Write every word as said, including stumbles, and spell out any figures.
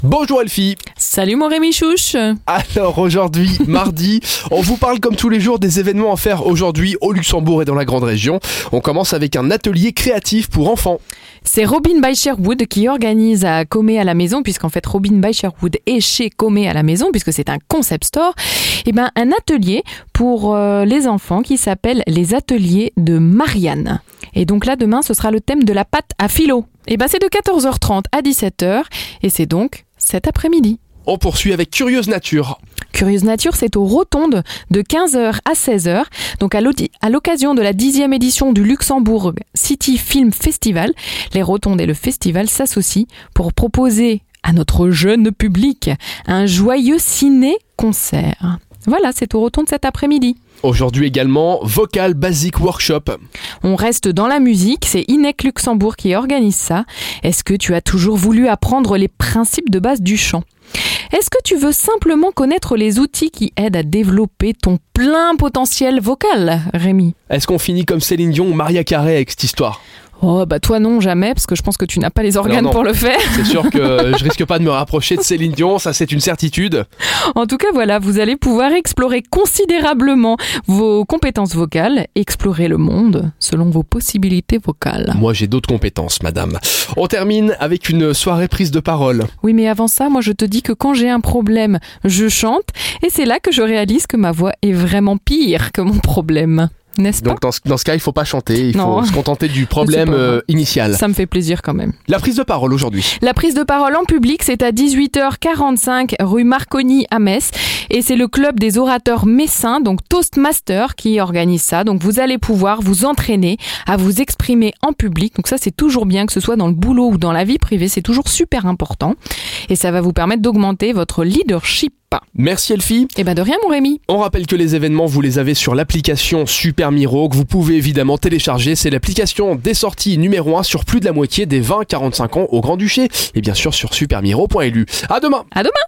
Bonjour Elfie. Salut mon Rémi Chouche. Alors aujourd'hui, mardi, on vous parle comme tous les jours des événements à faire aujourd'hui au Luxembourg et dans la grande région. On commence avec un atelier créatif pour enfants. C'est Robin by Sherwood qui organise à Comé à la maison, puisqu'en fait Robin by Sherwood est chez Comé à la maison, puisque c'est un concept store. Et ben un atelier pour euh, les enfants qui s'appelle les ateliers de Marianne. Et donc là demain ce sera le thème de la pâte à philo. Et ben c'est de quatorze heures trente à dix-sept heures et c'est donc cet après-midi. On poursuit avec Curieuse Nature. Curieuse Nature, c'est aux Rotondes de quinze heures à seize heures. Donc à l'occasion de la dixième édition du Luxembourg City Film Festival, les Rotondes et le festival s'associent pour proposer à notre jeune public un joyeux ciné-concert. Voilà, c'est aux Rotondes cet après-midi. Aujourd'hui également, Vocal Basic Workshop. On reste dans la musique, c'est Inec Luxembourg qui organise ça. Est-ce que tu as toujours voulu apprendre les principes de base du chant ? Est-ce que tu veux simplement connaître les outils qui aident à développer ton plein potentiel vocal, Rémi ? Est-ce qu'on finit comme Céline Dion ou Maria Carey avec cette histoire ? Oh bah toi non, jamais, parce que je pense que tu n'as pas les organes non, non. pour le faire. C'est sûr que je risque pas de me rapprocher de Céline Dion, ça c'est une certitude. En tout cas voilà, vous allez pouvoir explorer considérablement vos compétences vocales, explorer le monde selon vos possibilités vocales. Moi j'ai d'autres compétences, madame. On termine avec une soirée prise de parole. Oui mais avant ça, moi je te dis que quand j'ai un problème, je chante, et c'est là que je réalise que ma voix est vraiment pire que mon problème. N'est-ce pas ? Donc dans ce, dans ce cas, il faut pas chanter, il non. faut se contenter du problème euh, initial. Ça me fait plaisir quand même. La prise de parole aujourd'hui. La prise de parole en public, c'est à dix-huit heures quarante-cinq rue Marconi à Metz. Et c'est le club des orateurs messins, donc Toastmaster, qui organise ça. Donc vous allez pouvoir vous entraîner à vous exprimer en public. Donc ça, c'est toujours bien, que ce soit dans le boulot ou dans la vie privée. C'est toujours super important. Et ça va vous permettre d'augmenter votre leadership. Merci Elfie. Et ben de rien mon Rémi. On rappelle que les événements, vous les avez sur l'application Super Miro, que vous pouvez évidemment télécharger. C'est l'application des sorties numéro un sur plus de la moitié des vingt à quarante-cinq ans au Grand-Duché. Et bien sûr sur super miro point l u. À demain. À demain.